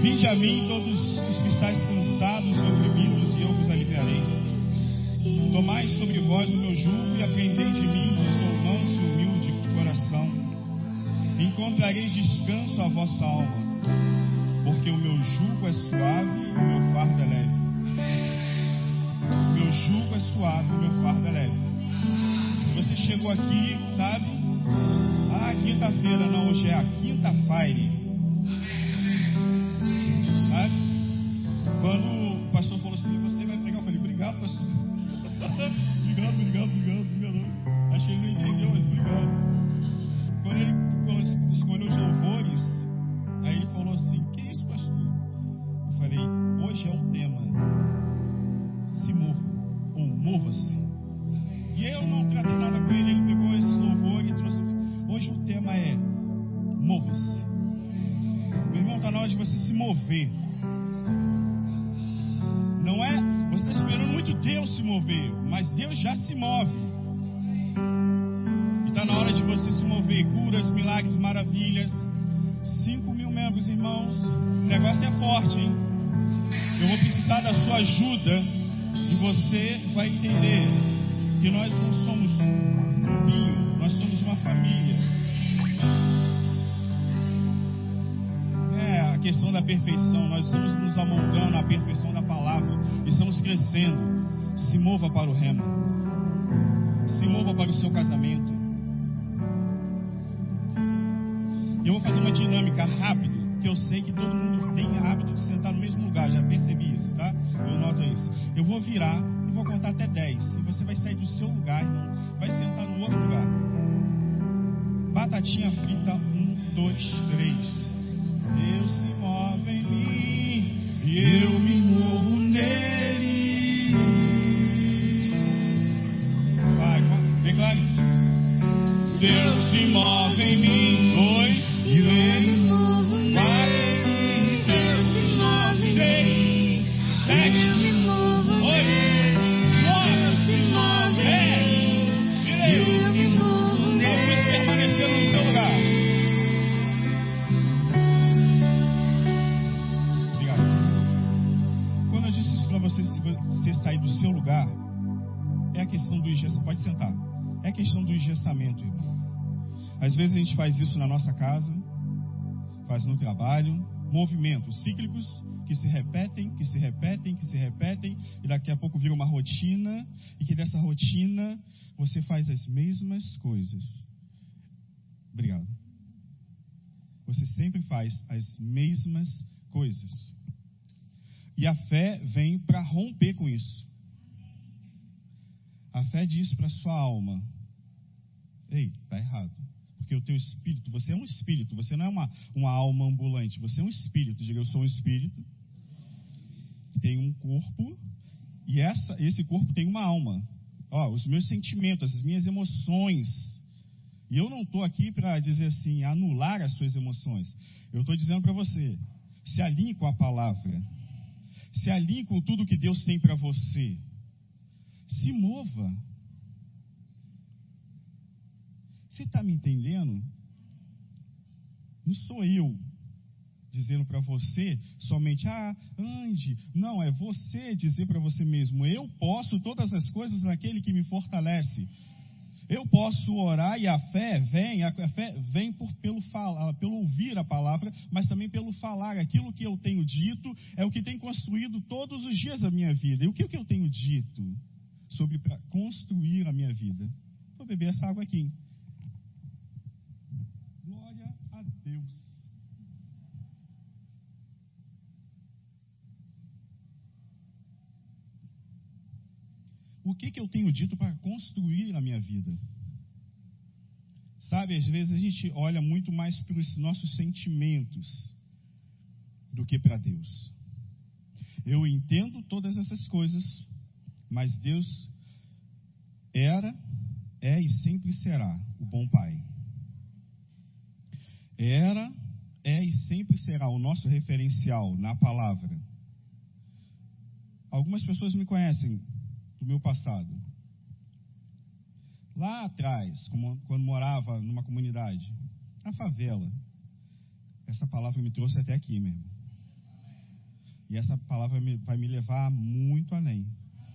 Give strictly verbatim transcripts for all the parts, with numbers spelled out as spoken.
Vinde a mim todos os que estáis cansados e oprimidos, e eu vos aliviarei. Tomai sobre vós o meu jugo e aprendei de mim, que sou manso e humilde de coração. Encontrareis descanso à vossa alma, porque o meu jugo é suave e o meu fardo é leve. O meu jugo é suave e o meu fardo é leve. Se você chegou aqui, sabe? Ah, quinta-feira, não, hoje é a quinta-feira. Sabe? Quando o pastor falou assim, você vai pregar, eu falei, obrigado, pastor. obrigado, obrigado, obrigado, obrigado. Acho que ele não entendeu, mas obrigado. Quando ele escolheu os louvores, aí ele falou assim, que é isso, pastor? Eu falei, hoje é o tema, se mova, ou mova-se. E eu não tratei nada com ele, ele pegou esse louvor e trouxe. Hoje o tema é mova-se. Meu irmão, está na hora de você se mover. Não é, você está esperando muito Deus se mover, mas Deus já se move. E está na hora de você se mover. Curas, milagres, maravilhas. Cinco mil membros, irmãos. O negócio é forte, hein? Eu vou precisar da sua ajuda. E você vai entender que nós não somos um grupinho, nós somos uma família. É a questão da perfeição. Nós estamos nos amoldando à perfeição da palavra. Estamos crescendo. Se mova para o rema. Se mova para o seu casamento. Eu vou fazer uma dinâmica rápida, que eu sei que todo mundo tem hábito de sentar no mesmo lugar. Já percebi isso, tá? Eu noto isso. Eu vou virar e vou contar até dez. E você vai sair do seu lugar, irmão. Vai sentar no outro lugar. Batatinha frita, um, dois, três. Deus se move em mim e eu me movo nele. Vai, vem claro. Deus se move em mim. Dois, e eu me movo nele. Quatro, Deus se move em mim. Sete, eu me movo nele. Nove, se move em mim. Eu me movo nele. Vamos permanecer no seu lugar. Quando eu disse isso para você, se você sair do seu lugar, é a questão do engessamento. Pode sentar. É a questão do engessamento, irmão. Às vezes a gente faz isso na nossa casa, faz no trabalho, movimentos cíclicos que se repetem, que se repetem, que se repetem, e daqui a pouco vira uma rotina, e que dessa rotina você faz as mesmas coisas. Obrigado. Você sempre faz as mesmas coisas. E a fé vem para romper com isso. A fé diz para a sua alma: ei, está errado. Porque o teu espírito, você é um espírito, você não é uma, uma alma ambulante, você é um espírito. Diga, eu sou um espírito, tem um corpo, e essa, esse corpo tem uma alma. Ó, os meus sentimentos, as minhas emoções. E eu não estou aqui para dizer assim, anular as suas emoções. Eu estou dizendo para você, se alinhe com a palavra. Se alinhe com tudo que Deus tem para você. Se mova. Você está me entendendo? Não sou eu dizendo para você somente, ah, ande. Não, é você dizer para você mesmo, eu posso todas as coisas naquele que me fortalece. Eu posso orar e a fé vem, a fé vem por, pelo, falar, pelo ouvir a palavra, mas também pelo falar. Aquilo que eu tenho dito é o que tem construído todos os dias a minha vida. E o que, que eu tenho dito sobre para construir a minha vida? Vou beber essa água aqui. Glória a Deus. O que, que eu tenho dito para construir a minha vida? Sabe, às vezes a gente olha muito mais para os nossos sentimentos do que para Deus. Eu entendo todas essas coisas, mas Deus era, é e sempre será o bom Pai. Era, é e sempre será o nosso referencial na palavra. Algumas pessoas me conhecem do meu passado. Lá atrás, como, quando morava numa comunidade, na favela, essa palavra me trouxe até aqui mesmo. E essa palavra vai me levar muito além.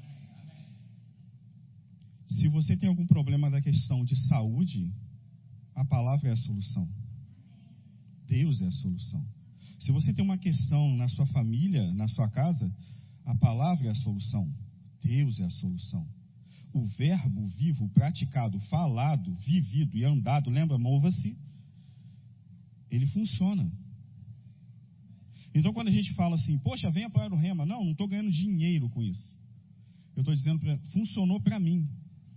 Se você tem algum problema da questão de saúde, a palavra é a solução. Deus é a solução. Se você tem uma questão na sua família, na sua casa, a palavra é a solução. Deus é a solução. O verbo vivo, praticado, falado, vivido e andado, lembra, mova-se, ele funciona. Então, quando a gente fala assim, poxa, venha para o Rema, não, não estou ganhando dinheiro com isso. Eu estou dizendo, pra, funcionou para mim.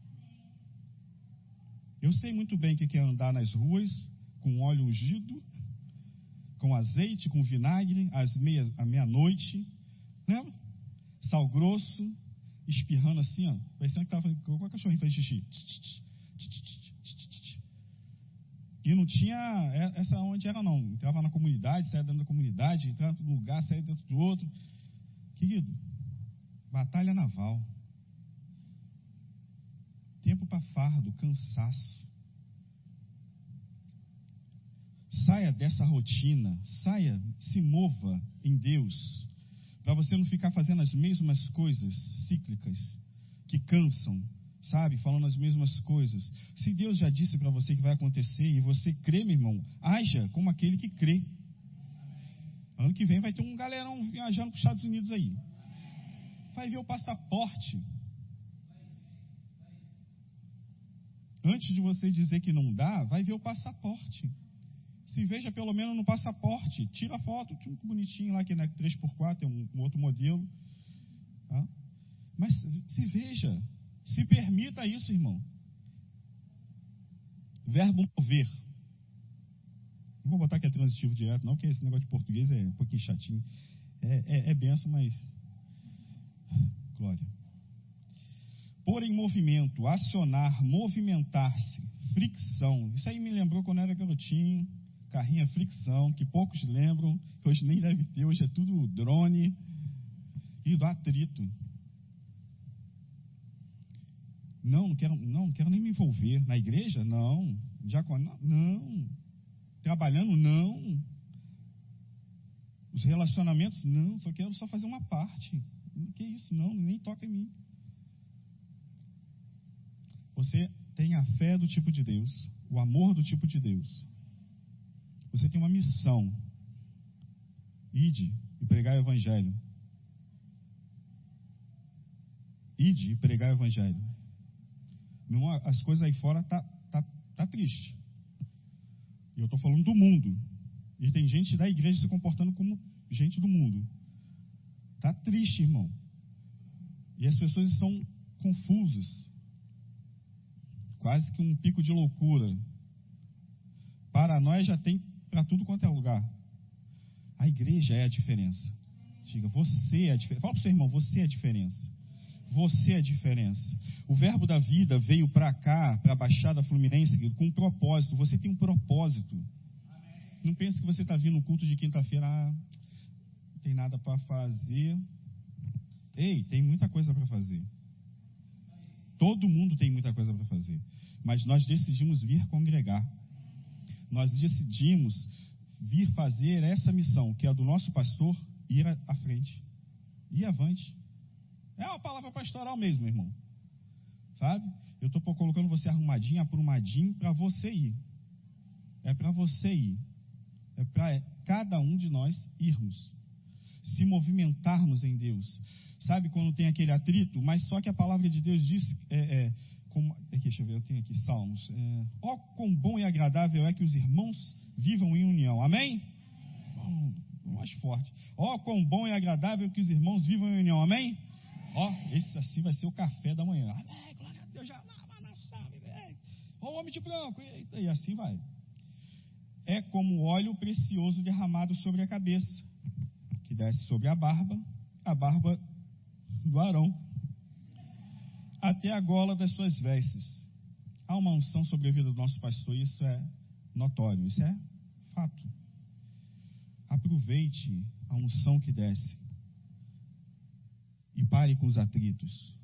Eu sei muito bem o que é andar nas ruas, com óleo ungido, com azeite, com vinagre, às meia, à meia-noite, lembra? Sal grosso, espirrando assim, ó, parecendo que estava, qual cachorrinho faz xixi? E não tinha essa onde era não, entrava na comunidade, saia dentro da comunidade, entrava num lugar, saia dentro do outro. Querido, batalha naval. Tempo para fardo, cansaço. Saia dessa rotina, saia, se mova em Deus, para você não ficar fazendo as mesmas coisas cíclicas, que cansam, sabe, falando as mesmas coisas. Se Deus já disse para você que vai acontecer e você crê, meu irmão, haja como aquele que crê. Ano que vem vai ter um galerão viajando para os Estados Unidos aí. Vai ver o passaporte. Antes de você dizer que não dá, vai ver o passaporte. Se veja pelo menos no passaporte. Tira a foto, tinha um bonitinho lá que é três por quatro, é um, um outro modelo. Tá? Mas se veja. Se permita isso, irmão. Verbo mover. Não vou botar que é transitivo direto, não, porque esse negócio de português é um pouquinho chatinho. É, é, é benção, mas... Glória. Pôr em movimento, acionar, movimentar-se, fricção. Isso aí me lembrou quando eu era garotinho. Carrinho a fricção, que poucos lembram, que hoje nem deve ter, hoje é tudo drone. E do atrito. Não, não quero, não, não quero nem me envolver. Na igreja? Não. Diaconato? Não. Trabalhando? Não. Os relacionamentos? Não, só quero só fazer uma parte. Que isso? Não, nem toca em mim. Você tem a fé do tipo de Deus, o amor do tipo de Deus. Você tem uma missão. Ide e pregar o evangelho. Ide e pregar o evangelho. As coisas aí fora tá, tá, tá triste. E eu estou falando do mundo. E tem gente da igreja se comportando como gente do mundo. Tá triste, irmão. E as pessoas estão confusas. Quase que um pico de loucura. Paranoia já tem para tudo quanto é lugar. A igreja é a diferença. Diga, você é a diferença. Fala para o seu irmão, você é a diferença. Você é a diferença. O verbo da vida veio para cá, para a Baixada Fluminense, com um propósito. Você tem um propósito. Amém. Não pense que você está vindo no culto de quinta-feira, ah, não tem nada para fazer. Ei, tem muita coisa para fazer. Todo mundo tem muita coisa para fazer. Mas nós decidimos vir congregar. Nós decidimos vir fazer essa missão, que é a do nosso pastor, ir à frente. Ir avante. É uma palavra pastoral mesmo, irmão. Sabe? Eu estou colocando você arrumadinho, aprumadinho, para você ir. É para você ir. É para cada um de nós irmos. Se movimentarmos em Deus. Sabe quando tem aquele atrito? Mas só que a palavra de Deus diz... É, é, como, aqui, deixa eu ver, eu tenho aqui Salmos. É, ó, quão bom e agradável é que os irmãos vivam em união. Amém? Bom, mais forte. Ó, quão bom e agradável que os irmãos vivam em união. Amém? Ó, esse assim vai ser o café da manhã. Amém, glória a Deus, já na nação. Ó, o homem de branco. Eita, e assim vai. É como óleo precioso derramado sobre a cabeça, que desce sobre a barba, a barba do Arão, até a gola das suas vestes. Há uma unção sobre a vida do nosso pastor, isso é notório, isso é fato. Aproveite a unção que desce e pare com os atritos.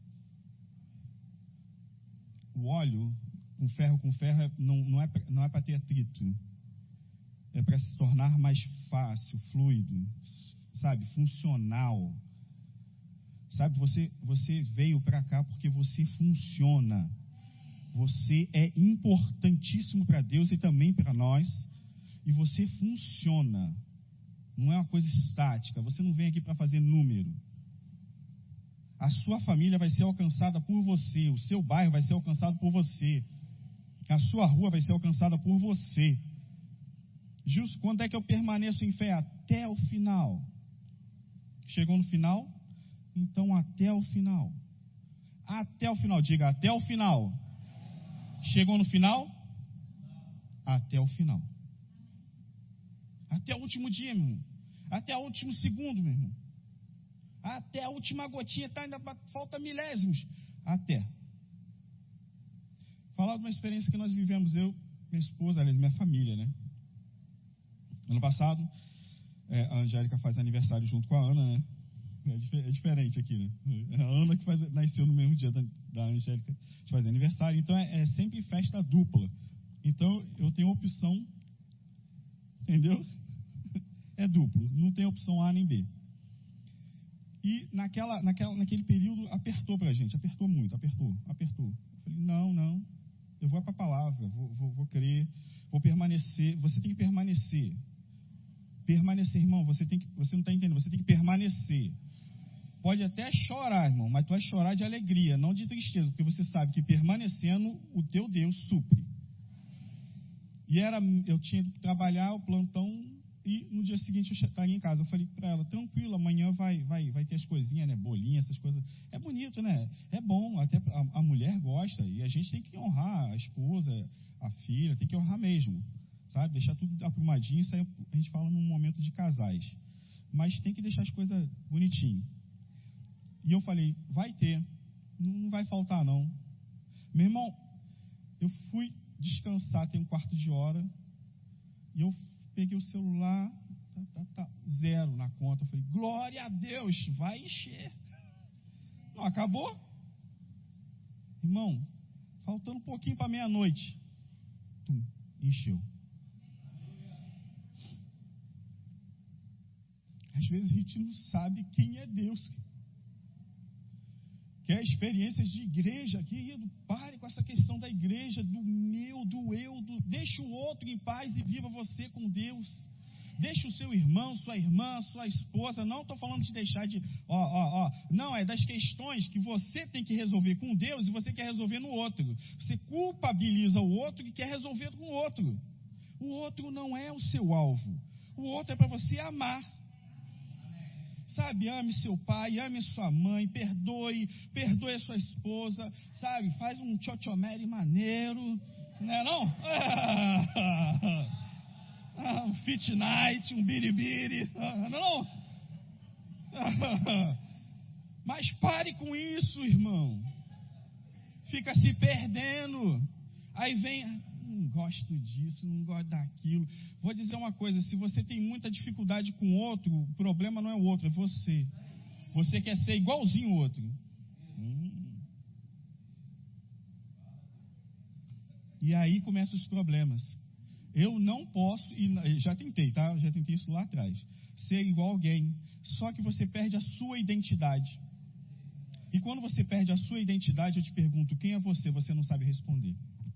O óleo, com ferro com ferro, não, não é, não é para ter atrito. É para se tornar mais fácil, fluido, sabe, funcional. Sabe, você, você veio para cá porque você funciona. Você é importantíssimo para Deus e também para nós. E você funciona. Não é uma coisa estática. Você não vem aqui para fazer número. A sua família vai ser alcançada por você. O seu bairro vai ser alcançado por você. A sua rua vai ser alcançada por você. Justo, quando é que eu permaneço em fé? Até o final. Chegou no final? Então até o final. Até o final. Diga, até o final. Chegou no final? Até o final. Até o último dia, meu irmão. Até o último segundo, meu irmão. Até a última gotinha, tá, ainda falta milésimos. Até. Falar de uma experiência que nós vivemos, eu, minha esposa, aliás, minha família, né? Ano passado, é, a Angélica faz aniversário junto com a Ana, né? É, dif é diferente aqui, né? A Ana que faz, nasceu no mesmo dia da, da Angélica, a gente faz aniversário, então é, é sempre festa dupla. Então eu tenho opção, entendeu? É duplo, não tem opção A nem B. E naquela, naquela, naquele período apertou pra gente, apertou muito, apertou, apertou. Eu falei, não, não, eu vou para a palavra, vou, vou, vou crer, vou permanecer, você tem que permanecer. Permanecer, irmão, você, tem que, você não está entendendo, você tem que permanecer. Pode até chorar, irmão, mas tu vai chorar de alegria, não de tristeza, porque você sabe que permanecendo, o teu Deus supre. E era, eu tinha que trabalhar o plantão e no dia seguinte eu estaria em casa. Eu falei para ela, tranquilo, amanhã vai, vai, vai ter as coisinhas, né, bolinha, essas coisas. É bonito, né? É bom, até a, a mulher gosta e a gente tem que honrar a esposa, a filha, tem que honrar mesmo, sabe? Deixar tudo aprumadinho, isso aí a gente fala num momento de casais. Mas tem que deixar as coisas bonitinho. E eu falei, vai ter, não, não vai faltar não. Meu irmão, eu fui descansar, tem um quarto de hora, e eu peguei o celular, tá, tá, tá, zero na conta. Eu falei, glória a Deus, vai encher. Não, acabou? Irmão, faltando um pouquinho para meia-noite, tum, encheu. Às vezes a gente não sabe quem é Deus. Quer experiências de igreja, querido, pare com essa questão da igreja, do meu, do eu, do, deixa o outro em paz e viva você com Deus. Deixa o seu irmão, sua irmã, sua esposa, não estou falando de deixar de, ó, ó, ó, não, é das questões que você tem que resolver com Deus e você quer resolver no outro. Você culpabiliza o outro e quer resolver com o outro. O outro não é o seu alvo, o outro é para você amar. Sabe, ame seu pai, ame sua mãe, perdoe, perdoe a sua esposa, sabe, faz um tchotchomere maneiro, né não? Ah, um fit night, um biribiri, ah, não? Mas pare com isso, irmão, fica se perdendo, aí vem... não gosto disso, não gosto daquilo. Vou dizer uma coisa, se você tem muita dificuldade com o outro, o problema não é o outro, é você. Você quer ser igualzinho o outro. Hum. E aí começam os problemas. Eu não posso, e já tentei, tá? Já tentei isso lá atrás. Ser igual alguém. Só que você perde a sua identidade. E quando você perde a sua identidade, eu te pergunto, quem é você? Você não sabe responder.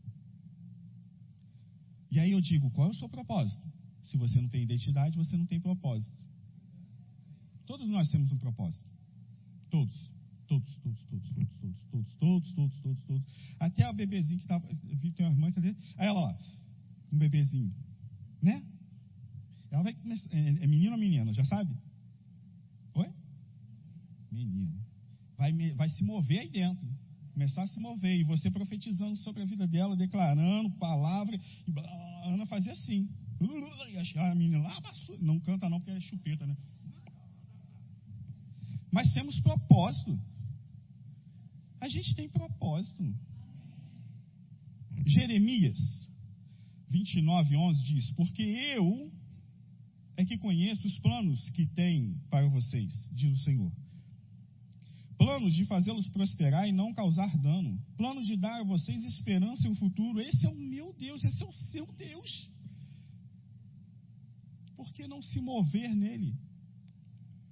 E aí eu digo, qual é o seu propósito? Se você não tem identidade, você não tem propósito. Todos nós temos um propósito. Todos. Todos, todos, todos, todos, todos, todos, todos, todos, todos, todos. Até a bebezinha que estava, eu vi que tem uma irmã, cadê? Aí ela, ó, um bebezinho, né? Ela vai começar, é, é menino ou menina, já sabe? Oi? Menino. Vai, vai se mover aí dentro. Começar a se mover, e você profetizando sobre a vida dela, declarando palavra, e a Ana fazia assim, e a menina lá, não canta não, porque é chupeta, né? Mas temos propósito, a gente tem propósito. Jeremias vinte e nove, onze diz, porque eu é que conheço os planos que tem para vocês, diz o Senhor. Planos de fazê-los prosperar e não causar dano. Planos de dar a vocês esperança e um futuro. Esse é o meu Deus, esse é o seu Deus. Por que não se mover nele?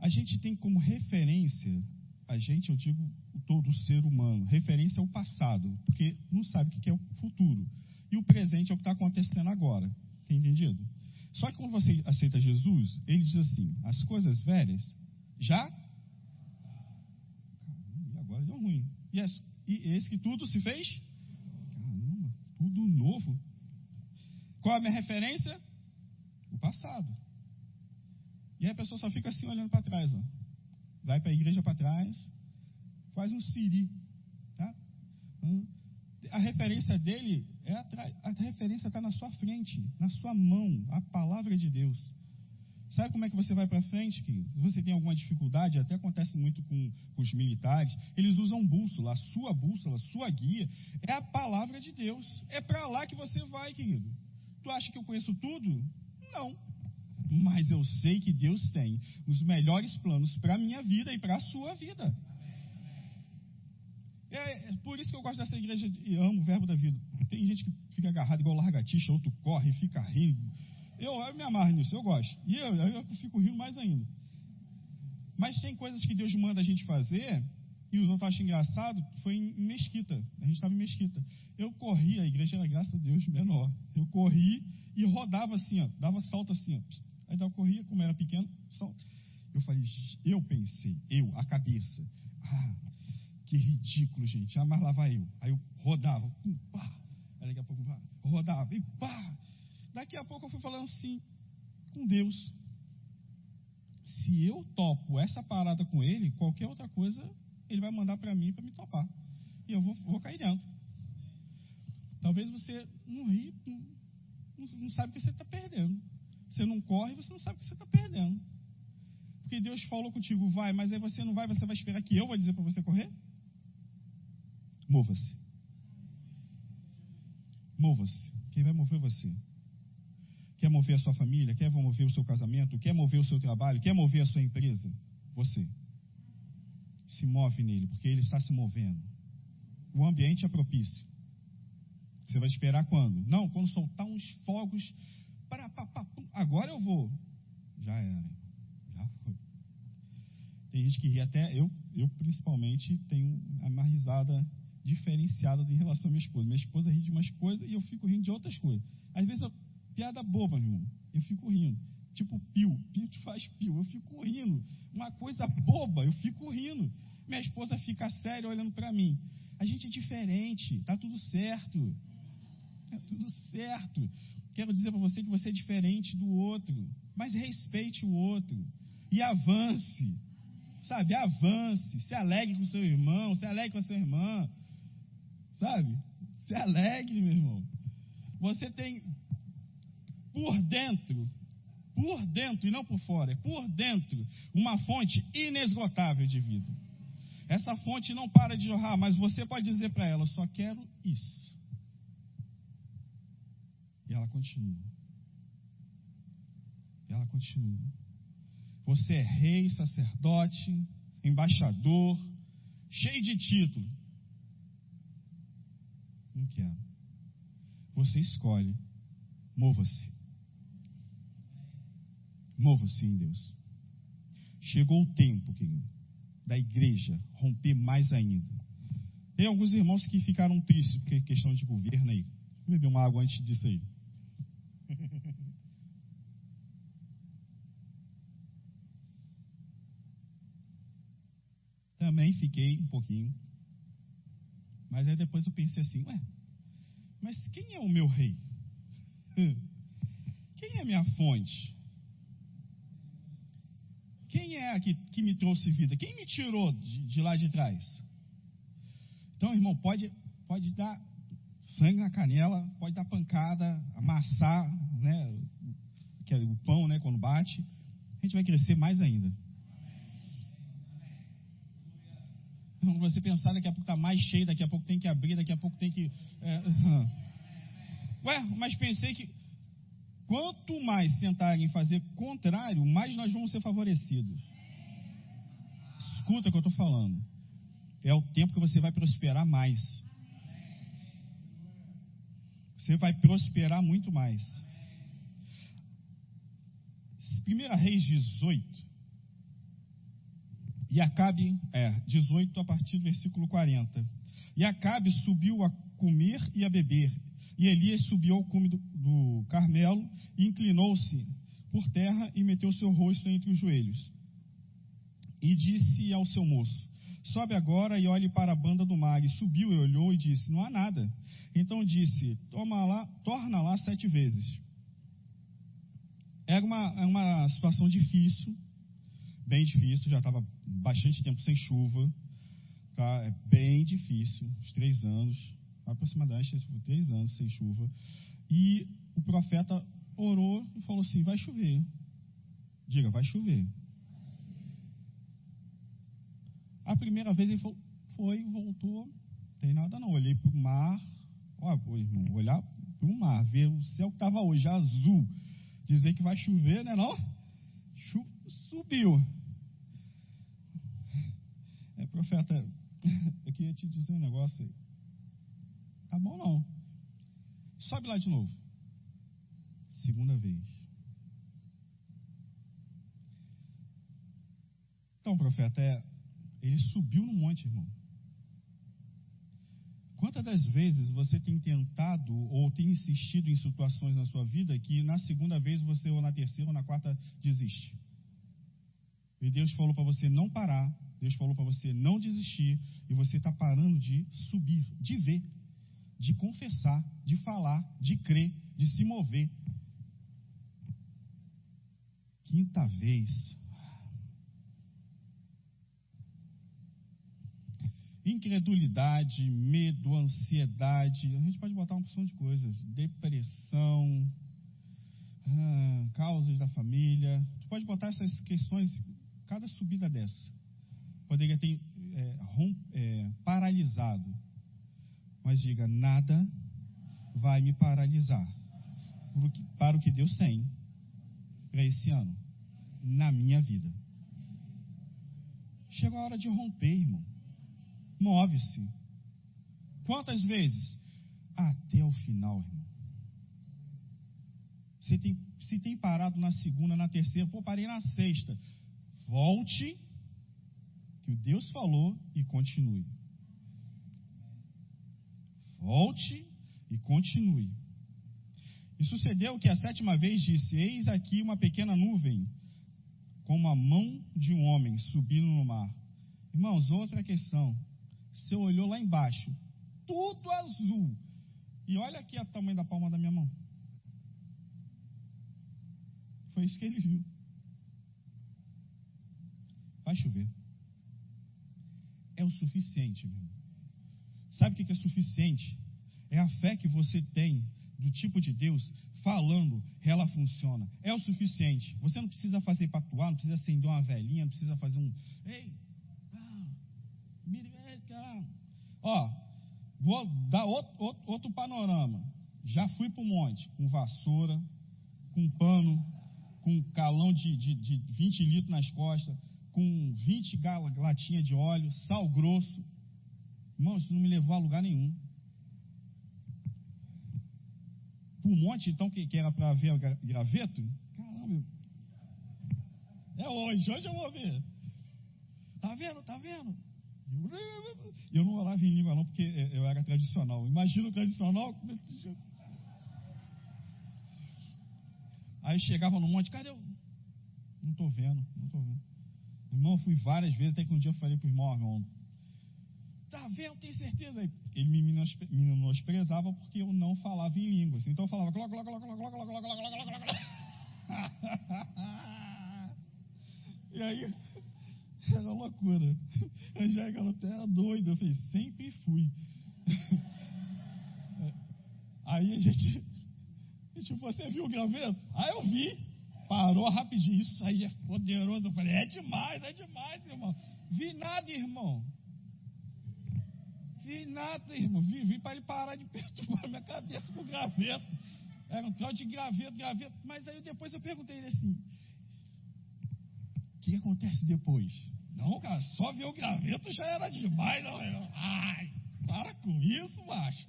A gente tem como referência, a gente, eu digo todo ser humano, referência ao passado, porque não sabe o que é o futuro. E o presente é o que está acontecendo agora. Tem entendido? Só que quando você aceita Jesus, ele diz assim, as coisas velhas já... Caramba, e agora deu ruim. E, as, e esse que tudo se fez? Caramba, tudo novo. Qual é a minha referência? O passado. E aí a pessoa só fica assim olhando para trás. Ó. Vai para a igreja para trás, faz um siri. Tá? A referência dele, é atrás, a referência está na sua frente, na sua mão, a palavra de Deus. Sabe como é que você vai para frente, querido? Se você tem alguma dificuldade, até acontece muito com, com os militares, eles usam bússola, a sua bússola, a sua guia, é a palavra de Deus. É para lá que você vai, querido. Tu acha que eu conheço tudo? Não. Mas eu sei que Deus tem os melhores planos para a minha vida e para a sua vida. É, é por isso que eu gosto dessa igreja e amo o verbo da vida. Tem gente que fica agarrado igual largatixa, outro corre, fica rindo. Eu, eu me amarro nisso, eu gosto. E eu, eu fico rindo mais ainda. Mas tem coisas que Deus manda a gente fazer, e os outros acham engraçado, foi em Mesquita. A gente estava em Mesquita. Eu corri, a igreja era, graças a Deus, menor. Eu corri e rodava assim, ó, dava salto assim, ó. Aí eu corria, como era pequeno, salto. Eu falei, eu pensei, eu, a cabeça. Ah, que ridículo, gente. Ah, mas lá vai eu. Aí eu rodava, pum, pá. Aí daqui a pouco, pá, rodava, e pá. Daqui a pouco eu fui falando assim, com Deus. Se eu topo essa parada com ele, qualquer outra coisa, ele vai mandar para mim, para me topar. E eu vou, vou cair dentro. Talvez você não ri, não, não sabe o que você está perdendo. Você não corre, você não sabe o que você está perdendo. Porque Deus falou contigo, vai, mas aí você não vai, você vai esperar que eu vou dizer para você correr? Mova-se. Mova-se. Quem vai mover você? Quer mover a sua família? Quer mover o seu casamento? Quer mover o seu trabalho? Quer mover a sua empresa? Você. Se move nele, porque ele está se movendo. O ambiente é propício. Você vai esperar quando? Não, quando soltar uns fogos. Para, para, para, agora eu vou. Já era. Já foi. Tem gente que ri até. Eu, eu principalmente, tenho uma risada diferenciada em relação à minha esposa. Minha esposa ri de umas coisas e eu fico rindo de outras coisas. Às vezes eu. Piada boba, meu irmão. Eu fico rindo. Tipo pio. Pinto faz pio. Eu fico rindo. Uma coisa boba. Eu fico rindo. Minha esposa fica séria olhando para mim. A gente é diferente. Tá tudo certo. Tá tudo certo. Quero dizer para você que você é diferente do outro. Mas respeite o outro. E avance. Sabe? Avance. Se alegre com seu irmão. Se alegre com a sua irmã. Sabe? Se alegre, meu irmão. Você tem... por dentro, por dentro e não por fora, é por dentro, uma fonte inesgotável de vida. Essa fonte não para de jorrar, mas você pode dizer para ela, só quero isso. E ela continua. E ela continua. Você é rei, sacerdote, embaixador, cheio de título. Não quero. Você escolhe. Mova-se. Mova-se em Deus. Chegou o tempo, querido, da igreja romper mais ainda. Tem alguns irmãos que ficaram tristes porque é questão de governo aí. Vou beber uma água antes disso aí. Também fiquei um pouquinho. Mas aí depois eu pensei assim, ué, mas quem é o meu rei? Quem é a minha fonte? Quem é a que, que me trouxe vida? Quem me tirou de, de lá de trás? Então, irmão, pode, pode dar sangue na canela, pode dar pancada, amassar, né, que é o pão, né, quando bate. A gente vai crescer mais ainda. Quando você pensar, daqui a pouco está mais cheio, daqui a pouco tem que abrir, daqui a pouco tem que... É... Ué, mas pensei que quanto mais tentarem fazer contrário, mais nós vamos ser favorecidos. Escuta o que eu estou falando. É o tempo que você vai prosperar mais. Você vai prosperar muito mais. primeira Reis dezoito, E Acabe, é, dezoito, a partir do versículo quarenta. E Acabe subiu a comer e a beber. E Elias subiu ao cume do, do Carmelo e inclinou-se por terra e meteu seu rosto entre os joelhos. E disse ao seu moço: sobe agora e olhe para a banda do mar. E subiu e olhou e disse: não há nada. Então disse: Toma lá, torna lá sete vezes. Era uma, uma situação difícil, bem difícil, já estava bastante tempo sem chuva, tá? É bem difícil, uns três anos, aproximadamente três anos sem chuva. E o profeta orou e falou assim: vai chover. Diga, vai chover. A primeira vez ele foi, voltou, não tem nada não. Olhei para o mar, ó, irmão, olhar para o mar, ver o céu que estava hoje azul, dizer que vai chover, né não? Chu, subiu. É, profeta, eu queria te dizer um negócio aí. Tá bom não. Sobe lá de novo. Segunda vez. Então, profeta, é, ele subiu no monte, irmão. Quantas das vezes você tem tentado ou tem insistido em situações na sua vida que na segunda vez você, ou na terceira ou na quarta, desiste? E Deus falou para você não parar, Deus falou para você não desistir, e você está parando de subir, de ver, de confessar, de falar, de crer, de se mover. Quinta vez. Incredulidade, medo, ansiedade, a gente pode botar uma porção de coisas, depressão, ah, causas da família, tu pode botar essas questões, cada subida dessa, poderia ter é, rom, é, paralisado, mas diga, nada vai me paralisar, para o que Deus tem, para esse ano, na minha vida. Chegou a hora de romper, irmão. Move-se. Quantas vezes? Até o final, irmão. Você tem, se tem parado na segunda, na terceira, pô, parei na sexta. Volte, que o Deus falou, e continue. Volte e continue. E sucedeu que a sétima vez disse: eis aqui uma pequena nuvem, como a mão de um homem subindo no mar. Irmãos, outra questão. Você olhou lá embaixo, tudo azul. E olha aqui o tamanho da palma da minha mão. Foi isso que ele viu. Vai chover. É o suficiente, meu irmão. Sabe o que é suficiente? É a fé que você tem do tipo de Deus falando, ela funciona. É o suficiente. Você não precisa fazer patuar, não precisa acender uma velhinha, não precisa fazer um... Ei, ó, vou dar outro, outro, outro panorama. Já fui para o monte com vassoura, com pano, com calão de, de, de vinte litros nas costas, com vinte latinhas de óleo, sal grosso. Irmão, isso não me levou a lugar nenhum. Para o monte, então, que, que era para ver graveto? Caramba, é hoje, hoje eu vou ver. Tá vendo, tá vendo? Eu não orava em língua não, porque eu era tradicional. Imagina o tradicional. Aí chegava no monte, cadê eu? Não estou vendo, não estou vendo. Irmão, eu fui várias vezes, até que um dia eu falei para o irmão, irmão, tá vendo, tem certeza? Ele me menosprezava porque eu não falava em línguas. Então eu falava, gló, gló, gló, gló, gló, gló, gló, gló, gló, gló, gló. E aí... era loucura. Eu já era doido. Eu falei, sempre fui. Aí a gente, a gente, você viu o graveto? Aí eu vi. Parou rapidinho. Isso aí é poderoso. Eu falei, é demais, é demais, irmão. Vi nada, irmão. Vi nada, irmão. Vi, vi para ele parar de perturbar minha cabeça com o graveto. Era um troço de graveto, graveto. Mas aí depois eu perguntei ele assim, o que acontece depois? Não, cara, só ver o graveto já era demais, não é? Ai, para com isso, macho.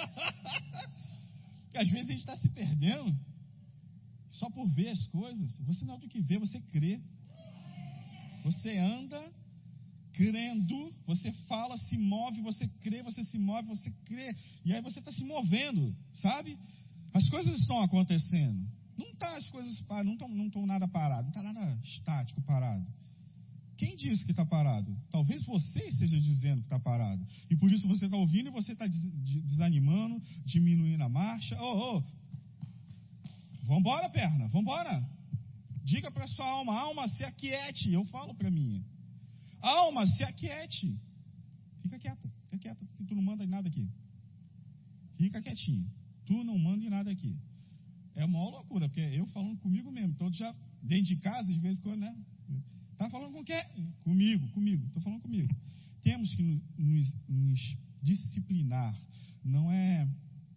Porque às vezes a gente está se perdendo só por ver as coisas. Você não é do que vê, você crê. Você anda crendo, você fala, se move, você crê, você se move, você crê, e aí você está se movendo, sabe? As coisas estão acontecendo. Não está as coisas paradas, não estão não estão nada parado, não está nada estático, parado. Quem disse que está parado? Talvez você esteja dizendo que está parado. E por isso você está ouvindo e você está desanimando, diminuindo a marcha. Ô, ô, vambora, perna, vambora. Diga para sua alma, alma, se aquiete. Eu falo para mim. Alma, se aquiete. Fica quieta, fica quieta, porque tu não manda em nada aqui. Fica quietinho. Tu não manda em nada aqui. É uma loucura, porque eu falando comigo mesmo. Então, já dentro de casa, de vez em quando, né? Tá falando com quem? Comigo, comigo. Estou falando comigo. Temos que nos, nos disciplinar. Não é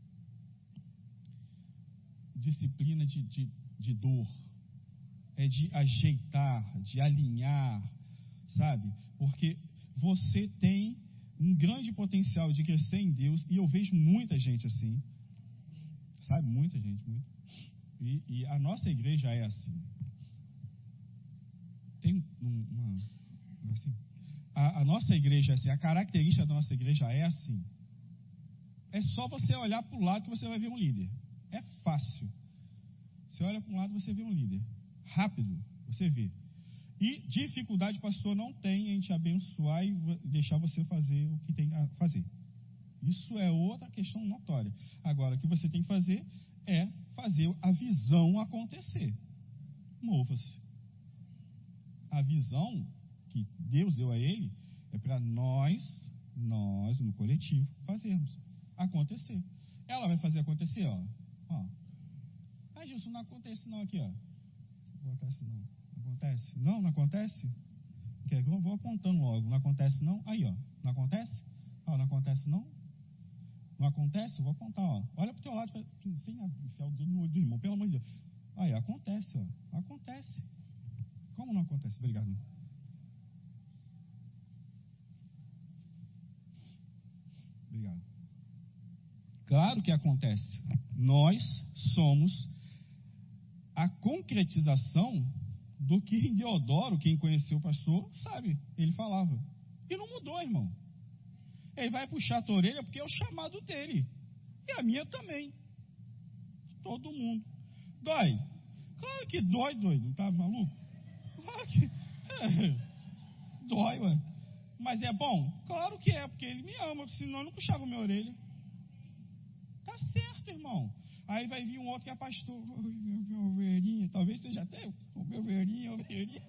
disciplina de, de, de dor. É de ajeitar, de alinhar, sabe? Porque você tem um grande potencial de crescer em Deus. E eu vejo muita gente assim. Sabe? Muita gente, muita. E, e a nossa igreja é assim. Tem uma, assim, a, a nossa igreja é assim, a característica da nossa igreja é assim. É só você olhar para o lado que você vai ver um líder. É fácil. Você olha para um lado, você vê um líder. Rápido, você vê. E dificuldade, pastor, não tem em te abençoar e deixar você fazer o que tem a fazer. Isso é outra questão notória. Agora, o que você tem que fazer é fazer a visão acontecer. Mova-se. A visão que Deus deu a ele é para nós, nós, no coletivo, fazermos acontecer. Ela vai fazer acontecer, ó. ó. Ah, Gilson, não acontece não aqui, ó. Não acontece não. Não acontece? Não, não acontece? Okay, eu vou apontando logo. Não acontece não? Aí, ó. Não acontece? Ó, não acontece não? Não acontece? Eu vou apontar, ó. Olha pro teu lado, sem enfiar o dedo no olho do irmão, pelo amor de Deus. Aí, acontece, ó. Acontece. Como não acontece? Obrigado. Obrigado. Claro que acontece. Nós somos a concretização do que em Deodoro, quem conheceu o pastor, sabe. Ele falava. E não mudou, irmão. Ele vai puxar a tua orelha porque é o chamado dele. E a minha também. Todo mundo. Dói? Claro que dói, doido. Não tá maluco? Claro que é. Dói, ué. Mas é bom? Claro que é, porque ele me ama, senão eu não puxava a minha orelha. Tá certo, irmão. Aí vai vir um outro que é pastor. Meu ovelhinha. Talvez seja até o meu ovelhinha, ovelhinha.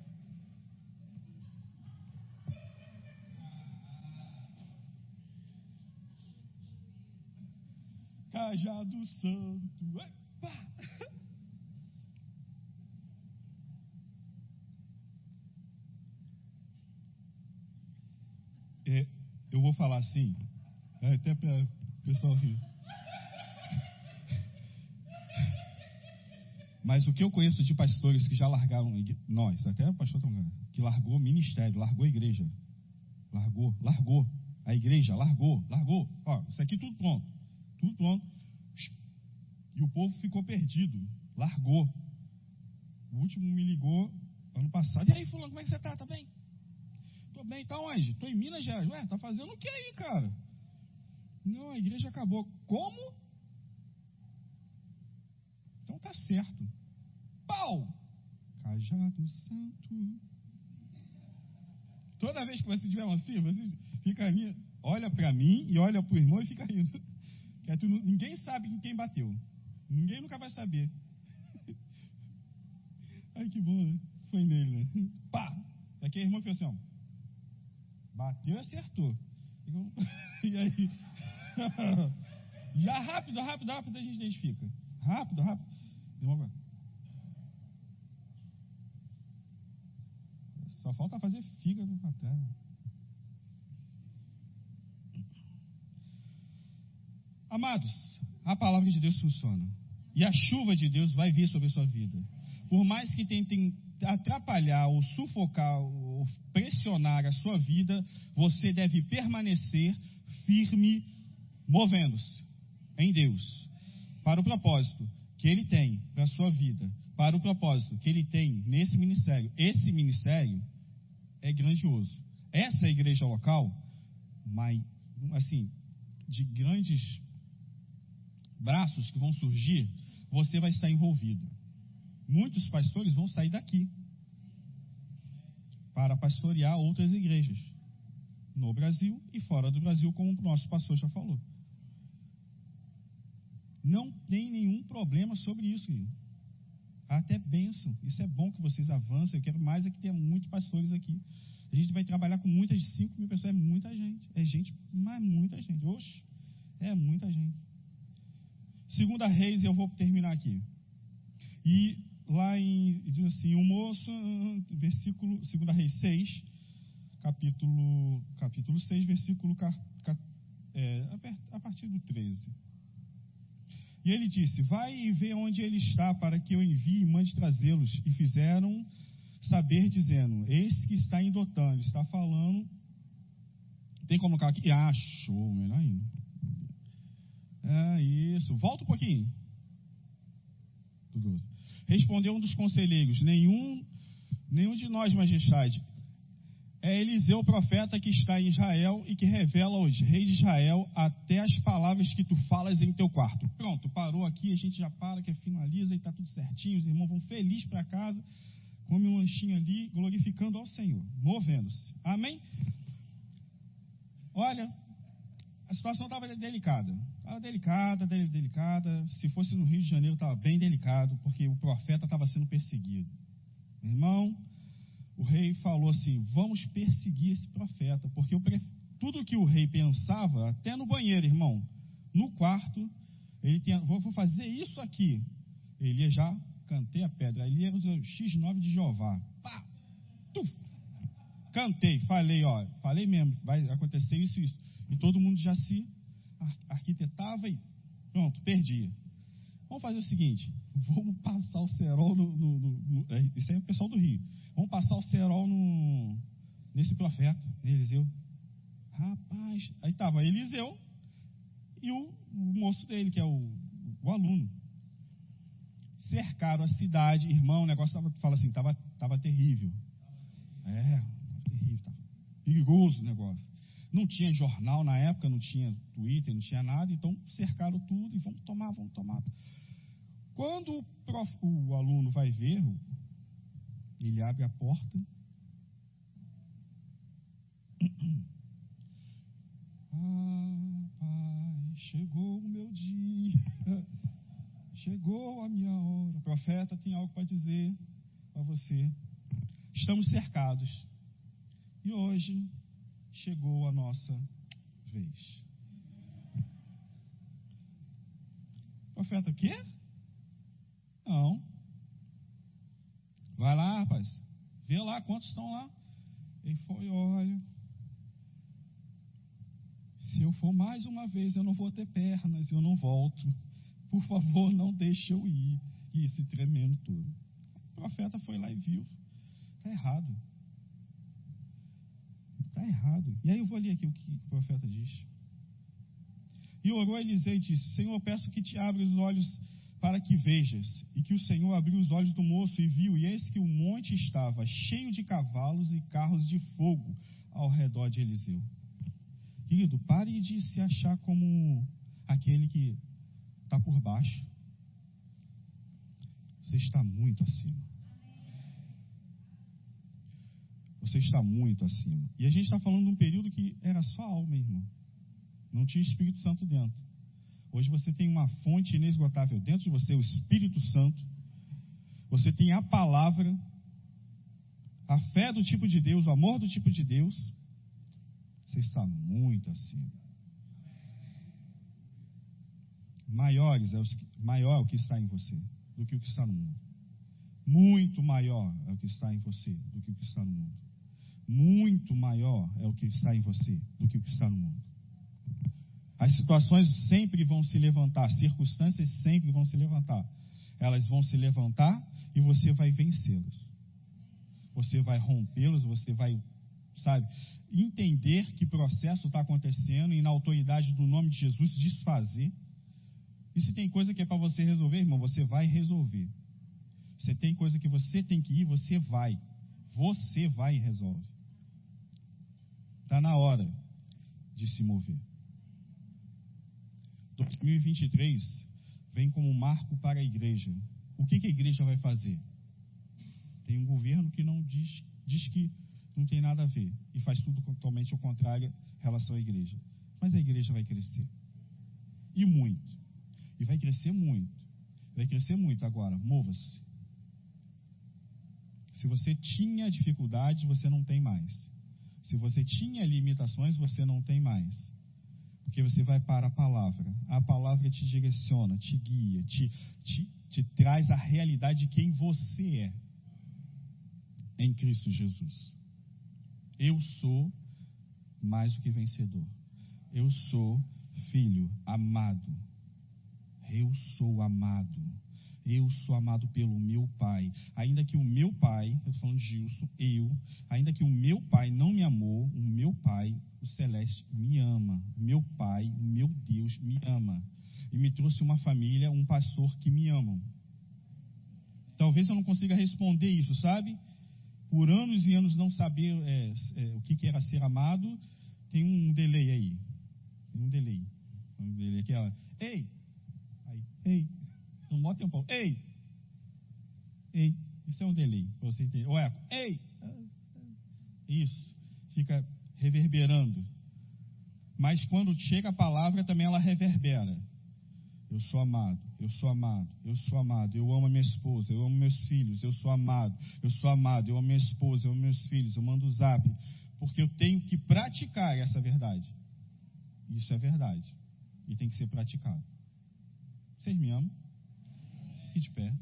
Cajado santo. Epa! É, eu vou falar assim, é, até para o pessoal rir. Mas o que eu conheço de pastores que já largaram, nós, até o pastor que largou o ministério, largou a igreja. Largou, largou. A igreja largou, largou. Ó, isso aqui tudo pronto. Tudo pronto. E o povo ficou perdido. Largou. O último me ligou ano passado. E aí, fulano, como é que você tá? Tá bem? Tô bem, tá onde? Tô em Minas Gerais. Ué, tá fazendo o que aí, cara? Não, a igreja acabou. Como? Então tá certo. Pau! Cajado santo. Toda vez que você tiver uma assim, você fica ali, olha pra mim e olha pro irmão e fica rindo. Que tu, ninguém sabe em quem bateu. Ninguém nunca vai saber. Ai, que bom, né? Foi nele, né? Pá! Daqui a irmã fez assim, ó. Bateu e acertou. E aí? Já rápido, rápido, rápido a gente identifica. Rápido, rápido. Irmão, só falta fazer fígado pra terra. Amados, a palavra de Deus funciona. E a chuva de Deus vai vir sobre a sua vida. Por mais que tentem atrapalhar, ou sufocar, ou pressionar a sua vida, você deve permanecer firme, movendo-se em Deus, para o propósito que Ele tem para a sua vida, para o propósito que Ele tem nesse ministério. Esse ministério é grandioso, essa igreja local, mas, assim, de grandes braços que vão surgir, você vai estar envolvido. Muitos pastores vão sair daqui para pastorear outras igrejas, no Brasil e fora do Brasil, como o nosso pastor já falou. Não tem nenhum problema sobre isso, querido. Até bênção. Isso é bom que vocês avancem. Eu quero mais é que tenha muitos pastores aqui. A gente vai trabalhar com muitas de cinco mil pessoas. É muita gente. É gente, mas muita gente. Oxe, é muita gente. Segunda Reis, eu vou terminar aqui. E lá em, diz assim, o moço, versículo, Segunda Reis seis, capítulo, capítulo seis, versículo, é, a partir do treze. E ele disse, vai e vê onde ele está, para que eu envie e mande trazê-los. E fizeram saber, dizendo, esse que está em Dotã. Ele está falando, tem como colocar aqui? Ah, show, melhor ainda. É isso, volta um pouquinho. Respondeu um dos conselheiros, nenhum, nenhum de nós, majestade. É Eliseu, o profeta, que está em Israel e que revela aos reis de Israel até as palavras que tu falas em teu quarto. Pronto, parou aqui, a gente já para, que finaliza e está tudo certinho. Os irmãos vão felizes para casa, come um lanchinho ali, glorificando ao Senhor, movendo-se. Amém? Olha, a situação estava delicada. Estava delicada, delicada. Se fosse no Rio de Janeiro, estava bem delicado, porque o profeta estava sendo perseguido. Irmão, o rei falou assim, vamos perseguir esse profeta, porque pre... tudo que o rei pensava, até no banheiro, irmão, no quarto, ele tinha, vou fazer isso aqui. Ele já cantei a pedra, ele era o X nove de Jeová. Pá, tuf, cantei, falei, ó, falei mesmo, vai acontecer isso e isso. E todo mundo já se arquitetava e pronto, perdia. Vamos fazer o seguinte, vamos passar o cerol no, no, no, no é, isso aí é o pessoal do Rio. Vamos passar o cerol no, nesse profeta, Eliseu. Rapaz, aí estava Eliseu e o, o moço dele, que é o, o aluno. Cercaram a cidade, irmão, o negócio tava, fala assim, estava tava terrível. É, tava terrível, tava perigoso o negócio. Não tinha jornal na época, não tinha Twitter, não tinha nada, então cercaram tudo e vamos tomar, vamos tomar. Quando o, prof, o aluno vai ver, ele abre a porta. Ah, pai, chegou o meu dia, chegou a minha hora. O profeta tem algo para dizer para você. Estamos cercados. E hoje chegou a nossa vez. Profeta, o quê? Não. Vai lá, rapaz. Vê lá quantos estão lá. Ele foi, olha. Se eu for mais uma vez, eu não vou ter pernas, eu não volto. Por favor, não deixe eu ir. E esse tremendo todo. O profeta foi lá e viu. Está errado. Está errado. E aí eu vou ler aqui o que o profeta diz. E orou Eliseu e disse, Senhor, peço que te abra os olhos para que vejas. E que o Senhor abriu os olhos do moço e viu, e eis que o monte estava cheio de cavalos e carros de fogo ao redor de Eliseu. Querido, pare de se achar como aquele que está por baixo. Você está muito acima. Você está muito acima. E a gente está falando de um período que era só alma, irmão. Não tinha Espírito Santo dentro. Hoje você tem uma fonte inesgotável dentro de você, o Espírito Santo. Você tem a palavra, a fé do tipo de Deus, o amor do tipo de Deus. Você está muito acima. Maiores é os, maior é o que está em você do que o que está no mundo. Muito maior é o que está em você do que o que está no mundo. Muito maior é o que está em você do que o que está no mundo. As situações sempre vão se levantar, as circunstâncias sempre vão se levantar. Elas vão se levantar e você vai vencê-las. Você vai rompê-las, você vai, sabe, entender que processo está acontecendo e na autoridade do nome de Jesus desfazer. E se tem coisa que é para você resolver, irmão, você vai resolver. Se tem coisa que você tem que ir, você vai. Você vai e resolve. Está na hora de se mover. dois mil e vinte e três vem como marco para a igreja. O que, que a igreja vai fazer? Tem um governo que não diz, diz que não tem nada a ver e faz tudo totalmente ao contrário em relação à igreja. Mas a igreja vai crescer. E muito. E vai crescer muito. Vai crescer muito agora. Mova-se. Se você tinha dificuldade, você não tem mais. Se você tinha limitações, você não tem mais. Porque você vai para a palavra. A palavra te direciona, te guia, te, te, te traz a realidade de quem você é em Cristo Jesus. Eu sou mais do que vencedor. Eu sou filho amado. Eu sou amado. Eu sou amado pelo meu Pai. Ainda que o meu Pai, eu estou falando de Gilson, eu, ainda que o meu Pai não me amou, o meu Pai, o Celeste, me ama. O meu Pai, o meu Deus, me ama. E me trouxe uma família, um pastor que me amam. Talvez eu não consiga responder isso, sabe? Por anos e anos não saber é, é, o que, que era ser amado, tem um delay aí. Tem um delay. Um delay aqui, ó. Ei! Aí, ei! Um mó tempão. Ei! Ei! Isso é um delay, para você entender. O eco. Ei! Isso. Fica reverberando. Mas quando chega a palavra, também ela reverbera. Eu sou amado, eu sou amado, eu sou amado, eu amo a minha esposa, eu amo meus filhos, eu sou amado, eu sou amado, eu amo minha esposa, eu amo meus filhos, eu mando o zap, porque eu tenho que praticar essa verdade. Isso é verdade. E tem que ser praticado. Vocês me amam? Fique de pé.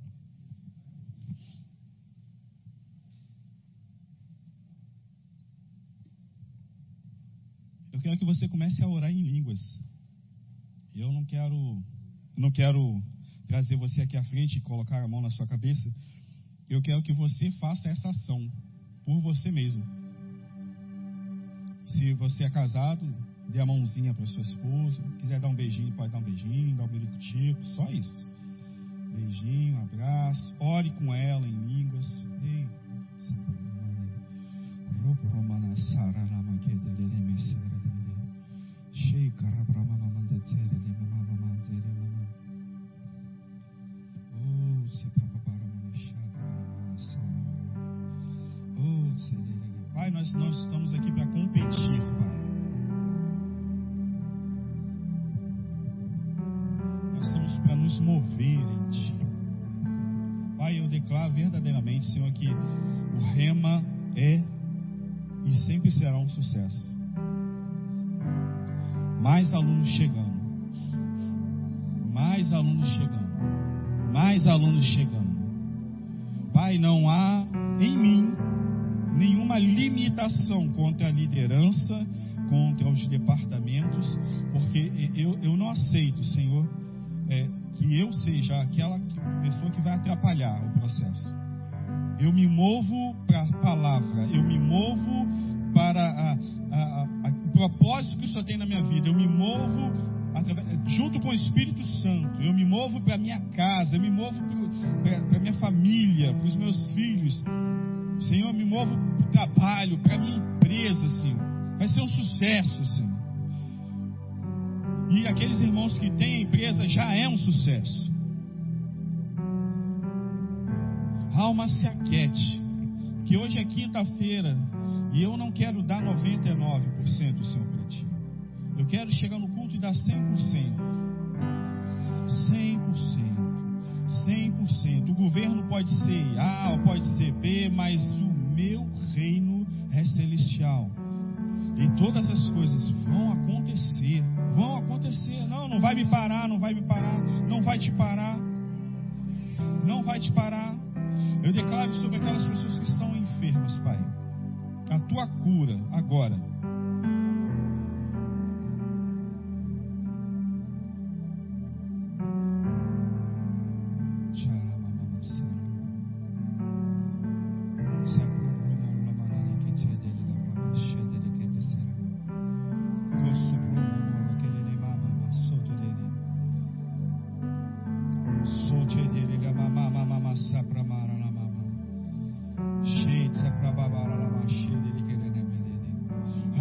Eu quero que você comece a orar em línguas. Eu não quero, não quero trazer você aqui à frente e colocar a mão na sua cabeça. Eu quero que você faça essa ação por você mesmo. Se você é casado, dê a mãozinha para sua esposa. Quiser dar um beijinho, pode dar um beijinho, dar um birico-tico, só isso. Beijinho, um abraço. Ore com ela em línguas. Ei, Pai, nós não estamos aqui para competir, Pai. Nós estamos para nos mover em Ti. Pai, eu declaro verdadeiramente, Senhor, que o Rema é e sempre será um sucesso. Mais alunos chegando. Mais alunos chegando. Mais alunos chegando. Pai, não há em mim nenhuma limitação contra a liderança, contra os departamentos, porque eu, eu não aceito, Senhor, é, que eu seja aquela pessoa que vai atrapalhar o processo. Eu me movo para a palavra, eu me movo para a, a, a, o propósito que o Senhor tem na minha vida, eu me movo através, junto com o Espírito Santo, eu me movo para a minha casa, eu me movo para a minha família, para os meus filhos. Senhor, eu me movo para o trabalho, para a minha empresa, Senhor. Vai ser um sucesso, Senhor. E aqueles irmãos que têm a empresa já é um sucesso. Alma, se aquete, que hoje é quinta-feira e eu não quero dar noventa e nove por cento, Senhor, para Ti. Eu quero chegar no culto e dar cem por cento. cem por cento. cem por cento. O governo pode ser A ou pode ser B, mas o meu reino é celestial. E todas as coisas vão acontecer. Vão acontecer. Não, não vai me parar, não vai me parar. Não vai te parar. Não vai te parar. Eu declaro sobre aquelas pessoas que estão enfermas, Pai, a Tua cura agora.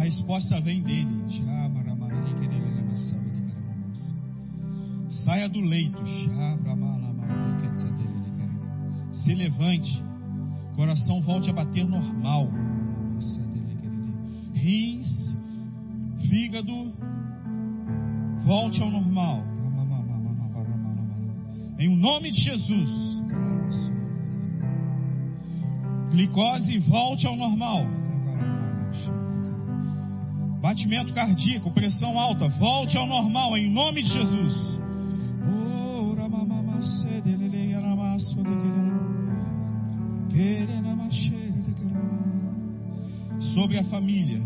resposta vem dele. Saia do leito. Se levante. Coração volte a bater normal. Rins, fígado, volte ao normal. Em nome de Jesus. Glicose, volte ao normal. Batimento cardíaco, pressão alta, volte ao normal, em nome de Jesus. Sobre a família.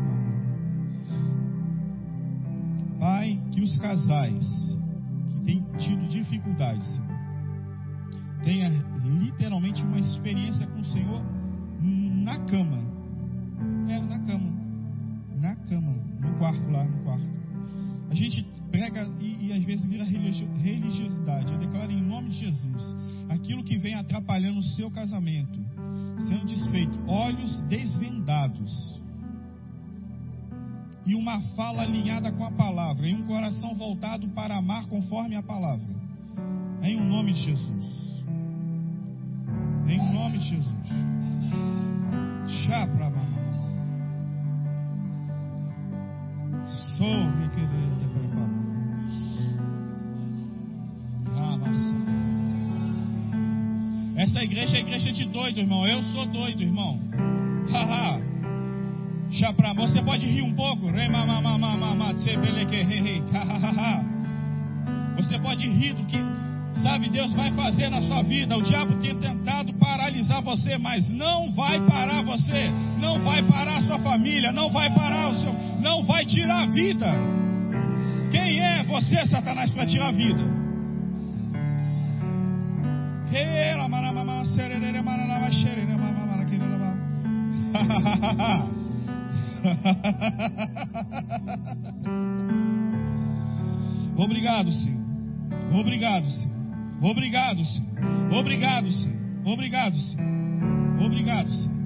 Pai, que os casais que têm tido dificuldades tenha literalmente uma experiência com o Senhor na cama. É, na cama. Na cama. No quarto lá, no quarto. A gente prega e, e às vezes vira religiosidade. Eu declaro em nome de Jesus. Aquilo que vem atrapalhando o seu casamento, sendo desfeito. Olhos desvendados. E uma fala alinhada com a palavra. E um coração voltado para amar conforme a palavra. Em o nome de Jesus. Em nome de Jesus. Chá pra mamãe. Sou me querer preparar. Essa igreja é igreja de doido, irmão. Eu sou doido, irmão. Haha. Chá pra você pode rir um pouco. Você pode rir do que, sabe, Deus vai fazer na sua vida. O diabo tem tentado paralisar você, mas não vai parar você. Não vai parar a sua família. Não vai parar o seu... Não vai tirar a vida. Quem é você, Satanás, para tirar a vida? Obrigado, Senhor. Obrigado, Senhor. Obrigado, Senhor. Obrigado, Senhor. Obrigado, Senhor. Obrigado, Senhor.